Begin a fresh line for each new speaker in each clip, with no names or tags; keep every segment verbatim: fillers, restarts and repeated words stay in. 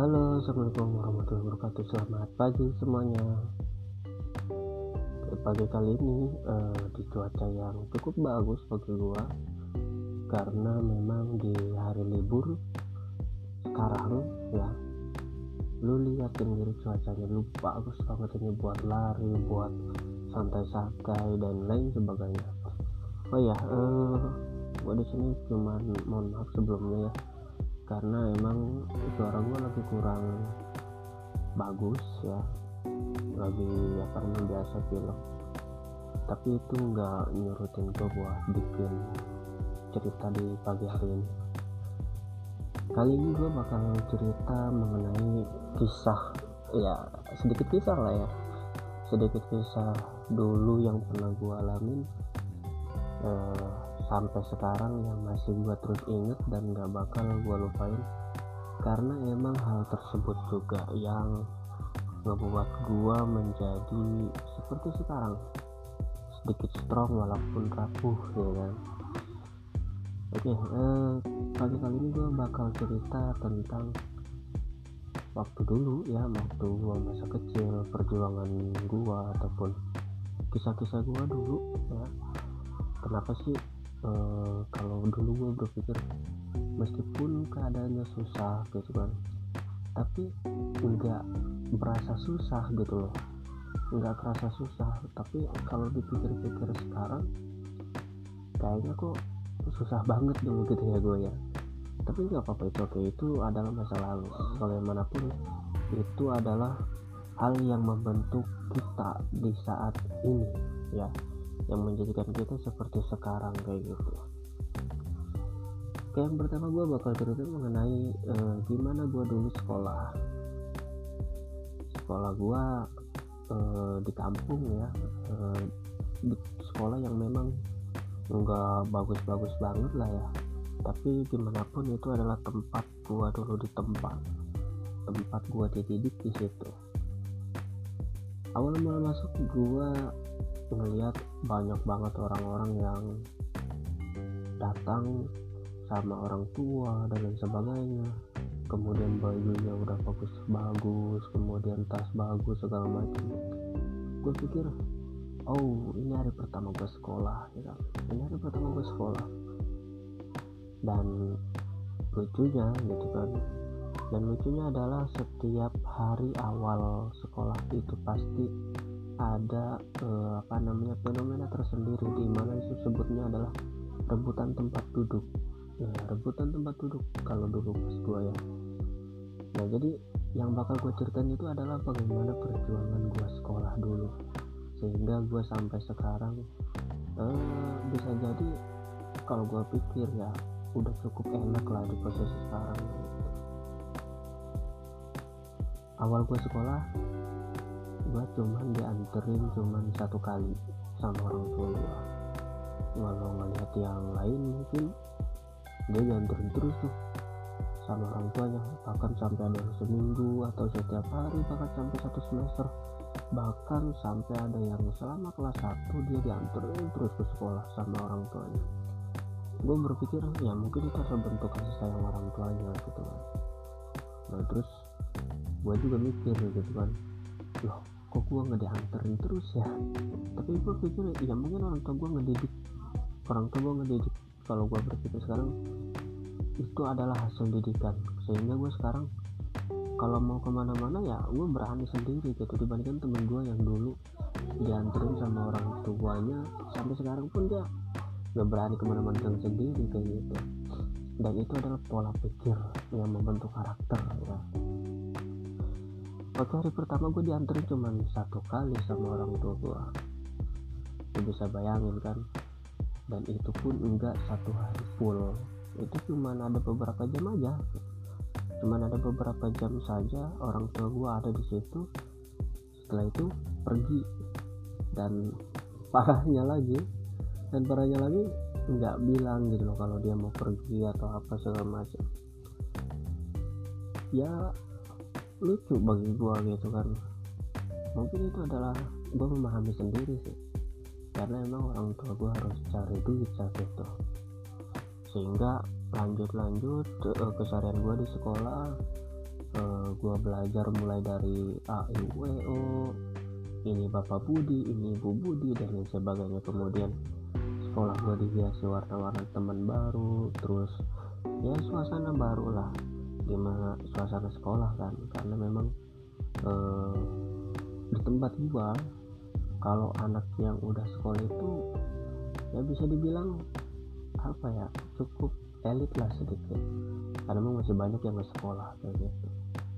Halo, assalamualaikum warahmatullahi wabarakatuh. Selamat pagi semuanya. Pagi kali ini uh, di cuaca yang cukup bagus bagi gua, karena memang di hari libur sekarang ya. Lu lihat sendiri cuacanya, lu bagus banget ini buat lari, buat santai-santai dan lain sebagainya. Oh ya, uh, gua di sini cuman mohon maaf sebelumnya ya, karena emang suara gue lagi kurang bagus ya, lagi apa namanya biasa pilek, tapi itu nggak nyurutin gue buat bikin cerita di pagi hari ini. Kali ini gue bakal cerita mengenai kisah, ya sedikit kisah lah ya, sedikit kisah dulu yang pernah gue alamin eh, sampai sekarang, yang masih gue terus inget dan gak bakal gue lupain, karena emang hal tersebut juga yang ngebuat gue menjadi seperti sekarang, sedikit strong walaupun rapuh ya kan. Oke, eh, pagi kali ini gue bakal cerita tentang waktu dulu ya, waktu gue masa kecil, perjuangan gue ataupun kisah-kisah gue dulu ya. Kenapa sih Uh, kalau dulu gue berpikir meskipun keadaannya susah gitu kan, tapi nggak berasa susah gitu loh, nggak kerasa susah. Tapi kalau dipikir-pikir sekarang kayaknya kok susah banget dulu gitu ya gue ya. Tapi nggak apa-apa, itu oke, itu adalah masa lalu. Bagaimanapun itu adalah hal yang membentuk kita di saat ini ya, yang menjadikan kita seperti sekarang kayak gitu. Oke, yang pertama gue bakal cerita mengenai eh, gimana gue dulu sekolah. Sekolah gue eh, di kampung ya, eh, di sekolah yang memang nggak bagus-bagus banget lah ya, tapi gimana pun itu adalah tempat gue dulu di tempat tempat gue dididik di situ. Awal mula masuk gue ngelihat banyak banget orang-orang yang datang sama orang tua dan lain sebagainya, kemudian bajunya udah bagus-bagus, kemudian tas bagus segala macam. Gue pikir, oh ini hari pertama gue sekolah ya, ini hari pertama gue sekolah. Dan lucunya gitu kan, dan lucunya adalah setiap hari awal sekolah itu pasti ada eh, apa namanya fenomena tersendiri, di mana disebutnya adalah rebutan tempat duduk ya, rebutan tempat duduk kalau dulu pas gue ya. Nah jadi yang bakal gue ceritain itu adalah bagaimana perjuangan gue sekolah dulu, sehingga gue sampai sekarang eh, bisa jadi kalau gue pikir ya udah cukup enak lah di posisi sekarang gitu. Awal gue sekolah, gue cuman dianterin cuman satu kali sama orang tua gue. Walau ngeliat yang lain mungkin dia dianterin terus tuh sama orang tuanya, bahkan sampai ada yang seminggu atau setiap hari, bahkan sampai satu semester, bahkan sampai ada yang selama kelas satu dia dianterin terus ke sekolah sama orang tuanya. Gue berpikir ya mungkin itu adalah bentuk kasih sayang orang tuanya gitu kan. Nah terus gue juga mikir gitu kan, loh kok gue nggak dianterin terus ya. Tapi gue pikir ya mungkin orang tua gue ngedidik, orang tua gue ngedidik kalau gue berpikir sekarang itu adalah hasil didikan, sehingga gue sekarang kalau mau kemana-mana ya gue berani sendiri gitu, dibandingkan temen gue yang dulu dianterin sama orang tuanya sampai sekarang pun dia nggak berani kemana-mana dengan sendiri kayak gitu. Dan itu adalah pola pikir yang membentuk karakter ya. Waktu hari pertama gue dianterin cuma satu kali sama orang tua gue, lu bisa bayangin kan. Dan itu pun enggak satu hari full, itu cuma ada beberapa jam aja, cuma ada beberapa jam saja orang tua gue ada di situ. Setelah itu pergi, dan parahnya lagi dan parahnya lagi nggak bilang gitu loh kalau dia mau pergi atau apa segala macam. Ya lucu bagi gue gitu kan. Mungkin itu adalah gue memahami sendiri sih, karena emang orang tua gue harus cari duit saat itu, sehingga lanjut-lanjut uh, keseharian gue di sekolah uh, gue belajar mulai dari A I U E O, ini Bapak Budi, ini Ibu Budi, dan lain sebagainya. Kemudian sekolah gue dihiasi warna-warna teman baru, terus ya suasana baru lah, gimana suasana sekolah kan, karena memang uh, di tempat gue kalau anak yang udah sekolah itu ya bisa dibilang apa ya, cukup elit lah sedikit, karena memang masih banyak yang nggak sekolah kayak gitu.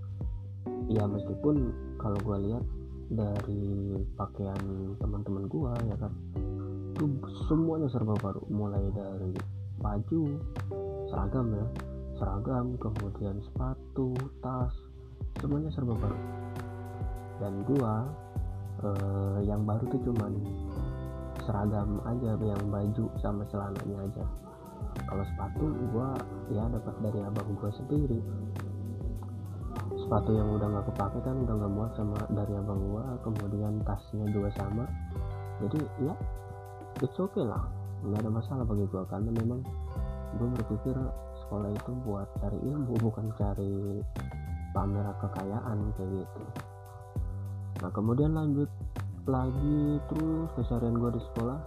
Ya meskipun kalau gue lihat dari pakaian teman-teman gue ya kan, itu semuanya serba baru, mulai dari baju, seragam ya, seragam, kemudian sepatu, tas, semuanya serba baru. Dan gue eh, yang baru tuh cuman seragam aja, yang baju sama celananya aja. Kalau sepatu gue ya dapat dari abang gue sendiri, sepatu yang udah nggak kepake kan, udah nggak muat, sama dari abang gue. Kemudian tasnya juga sama, jadi ya it's okay lah, nggak ada masalah bagi gue, karena memang gue berpikir sekolah itu buat cari ilmu, bukan cari pamer kekayaan kayak gitu. Nah kemudian lanjut lagi terus keseharian gue di sekolah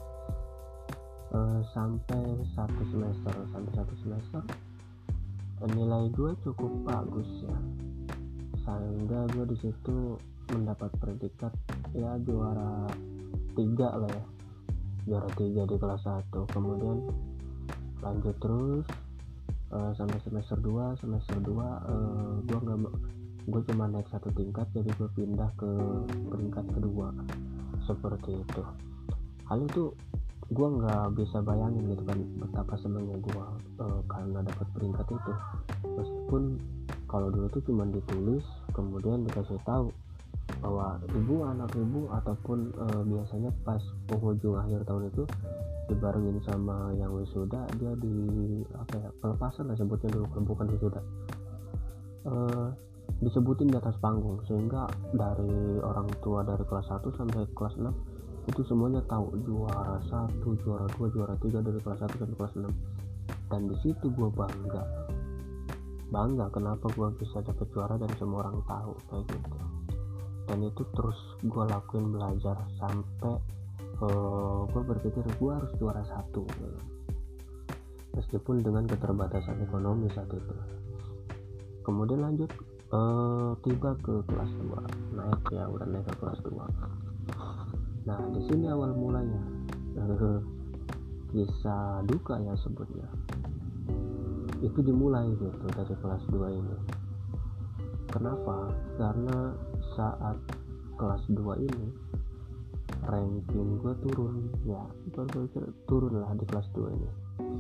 uh, sampai satu semester sampai satu semester nilai gue cukup bagus ya, sehingga gue di situ mendapat predikat ya juara tiga lah ya, juara tiga di kelas satu. Kemudian lanjut terus uh, sampai semester dua semester dua uh, gue nggak gue cuma naik satu tingkat, jadi gue pindah ke peringkat kedua seperti itu. Hal itu gue nggak bisa bayangin gitu kan, betapa senangnya gue uh, karena dapat peringkat itu. Meskipun kalau dulu tuh cuma ditulis kemudian dikasih tahu bahwa ibu, anak ibu, ataupun uh, biasanya pas penghujung akhir tahun itu dibarengin sama yang wisuda, dia di apa ya, pelepasan lah sebutnya dulu, bukan wisuda, uh, disebutin di atas panggung, sehingga dari orang tua dari kelas satu sampai kelas enam itu semuanya tahu juara satu, juara dua, juara tiga dari kelas satu sampai kelas enam. Dan di situ gue bangga bangga kenapa gue bisa dapet juara dan semua orang tahu kayak gitu. Dan itu terus gue lakuin belajar sampai uh, gue berpikir gue harus juara satu gitu. Meskipun dengan keterbatasan ekonomi saat itu. Kemudian lanjut Uh, tiba ke kelas dua, naik ya udah naik ke kelas dua. Nah di sini awal mulanya uh, kisah duka ya sebutnya, itu dimulai gitu dari kelas dua ini. Kenapa? Karena saat kelas dua ini ranking gue turun ya, gue turun lah di kelas dua ini.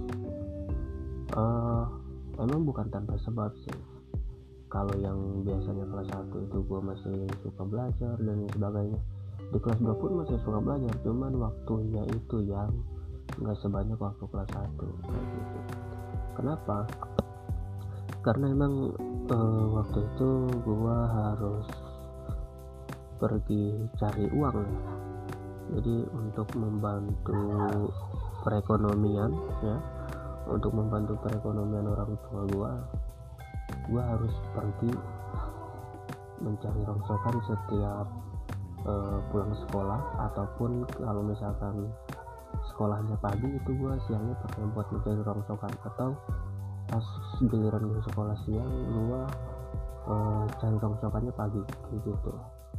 Uh, emang bukan tanpa sebab sih. Kalau yang biasanya kelas satu itu gue masih suka belajar dan sebagainya, di kelas dua pun masih suka belajar, cuman waktunya itu yang gak sebanyak waktu kelas satu kayak gitu. Kenapa? Karena emang uh, waktu itu gue harus pergi cari uang ya. Jadi untuk membantu perekonomian ya, untuk membantu perekonomian orang tua gue gue harus pergi mencari rongsokan setiap uh, pulang sekolah, ataupun kalau misalkan sekolahnya pagi itu gue siangnya pakai buat mencari rongsokan, atau pas giliran gue sekolah siang gue uh, cari rongsokannya pagi gitu.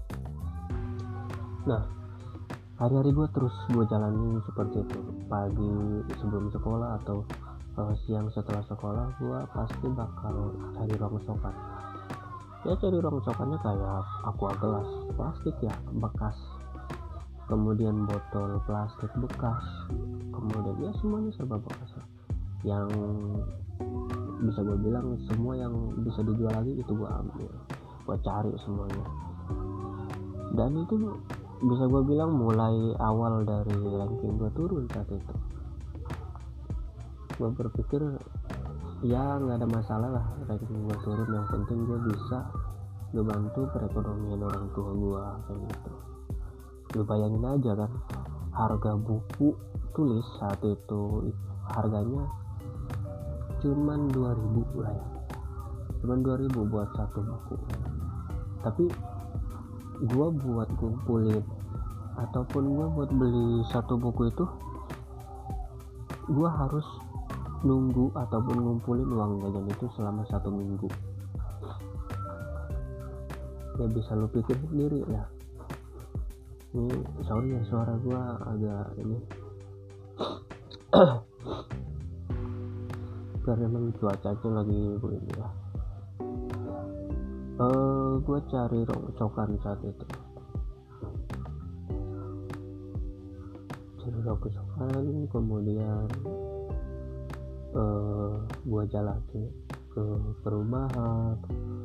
Nah hari-hari gue terus gue jalani seperti itu, pagi sebelum sekolah atau Uh, siang setelah sekolah gue pasti bakal cari rongsokan. Ya cari rongsokannya kayak aqua gelas plastik ya bekas, kemudian botol plastik bekas, kemudian ya semuanya serba bekas lah. Yang bisa gue bilang semua yang bisa dijual lagi itu gue ambil, gue cari semuanya. Dan itu bisa gue bilang mulai awal dari ranking gue turun saat itu. Gue berpikir ya nggak ada masalah lah ranking gue turun, yang penting gue bisa ngebantu perekonomian orang tua gue kayak gitu. Lu bayangin aja kan, harga buku tulis saat itu harganya cuman dua ribu lah ya, cuma dua ribu buat satu buku. Tapi gua buat kumpulin ataupun gua buat beli satu buku itu gua harus nunggu ataupun ngumpulin uang jajan itu selama satu minggu. Ya bisa lu pikir sendiri lah. Ini sorry ya suara gua agak ini karena memang cuacanya lagi begini ya. Uh, gue cari rongsokan saat itu, cari rongsokan, kemudian uh, gue jalan ke perumahan,